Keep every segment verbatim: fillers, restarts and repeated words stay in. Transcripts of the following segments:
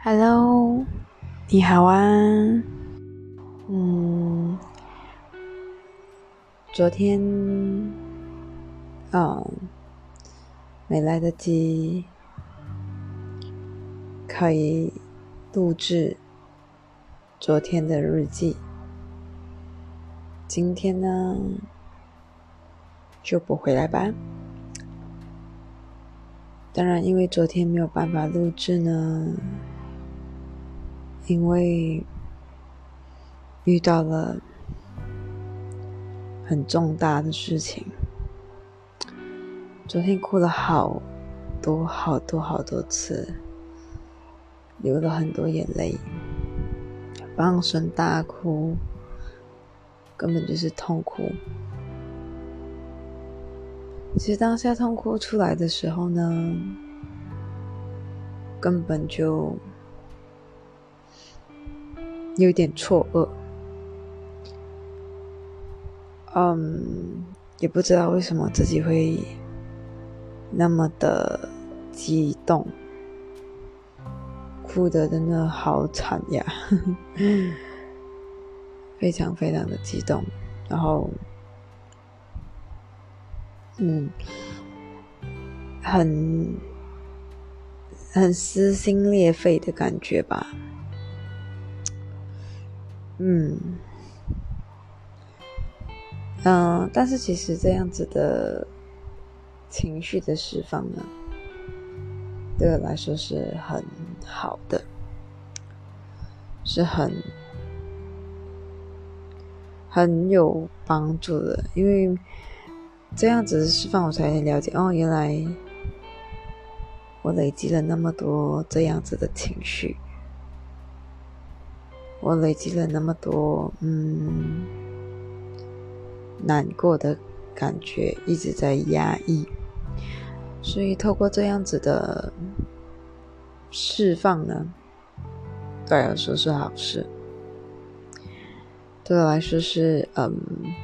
Hello，你好啊。嗯，昨天，嗯，没来得及可以录制昨天的日记。今天呢，就补回来吧。当然，因为昨天没有办法录制呢，因为遇到了很重大的事情。昨天哭了好多好多好多次，流了很多眼泪，放声大哭，根本就是痛哭。其实当下痛哭出来的时候呢，根本就有点错愕，嗯，也不知道为什么自己会那么的激动，哭得真的好惨呀，非常非常的激动，然后，嗯，很很撕心裂肺的感觉吧，嗯。嗯，但是其实这样子的情绪的释放呢，对我来说是很好的，是很很有帮助的，因为这样子的释放，我才了解哦，原来我累积了那么多这样子的情绪，我累积了那么多嗯难过的感觉，一直在压抑。所以透过这样子的释放呢，对我来说是好事，对我来说是嗯，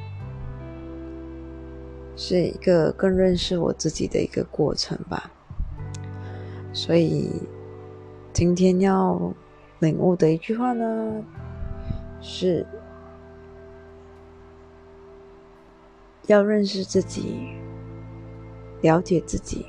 是一个更认识我自己的一个过程吧。所以今天要领悟的一句话呢，是要认识自己，了解自己，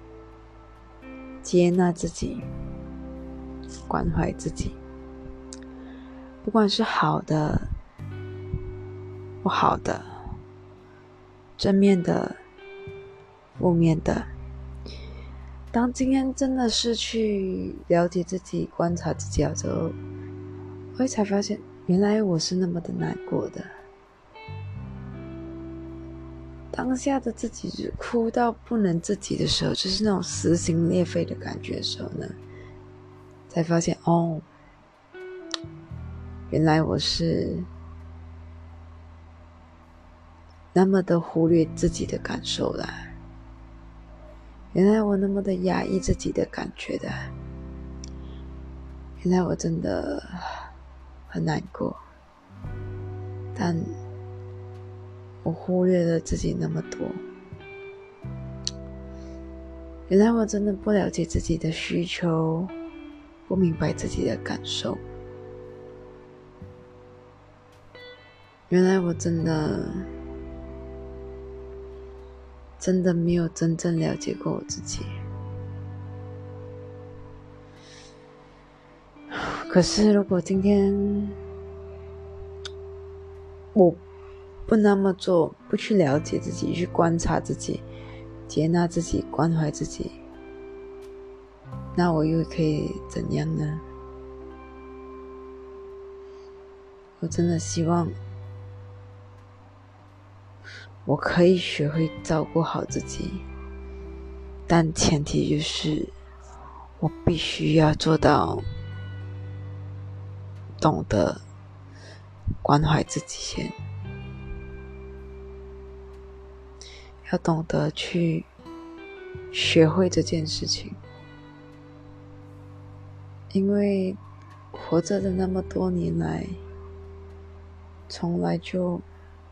接纳自己，关怀自己，不管是好的不好的，正面的负面的，当今天真的是去了解自己，观察自己了之后，我才发现原来我是那么的难过的。当下的自己哭到不能自己的时候，就是那种撕心裂肺的感觉的时候呢，才发现哦，原来我是那么的忽略自己的感受的，原来我那么的压抑自己的感觉的，原来我真的很难过，但我忽略了自己那么多，原来我真的不了解自己的需求，不明白自己的感受，原来我真的真的没有真正了解过我自己。可是如果今天我不那么做，不去了解自己，去观察自己，接纳自己，关怀自己，那我又可以怎样呢？我真的希望我可以学会照顾好自己，但前提就是我必须要做到懂得关怀自己先，要懂得去学会这件事情，因为活着的那么多年来，从来就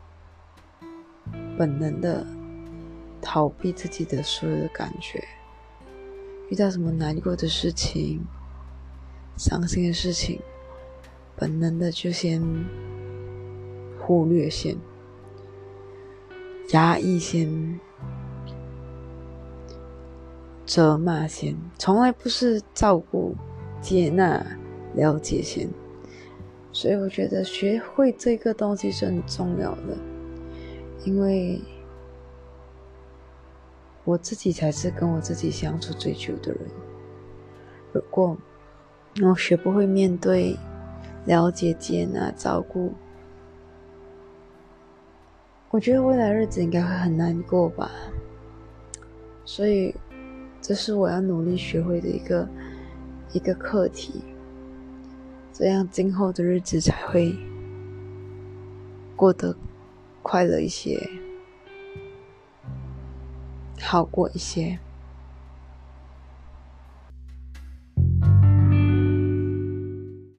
本能的逃避自己的所有的感觉，遇到什么难过的事情， 伤心的事情，本能的就先忽略先压抑先责骂先，从来不是照顾接纳了解先。所以我觉得学会这个东西是很重要的，因为我自己才是跟我自己相处最久的人。如果我学不会面对、了解、接纳、照顾，我觉得未来日子应该会很难过吧。所以这是我要努力学会的一个一个课题，这样今后的日子才会过得快乐一些，好过一些。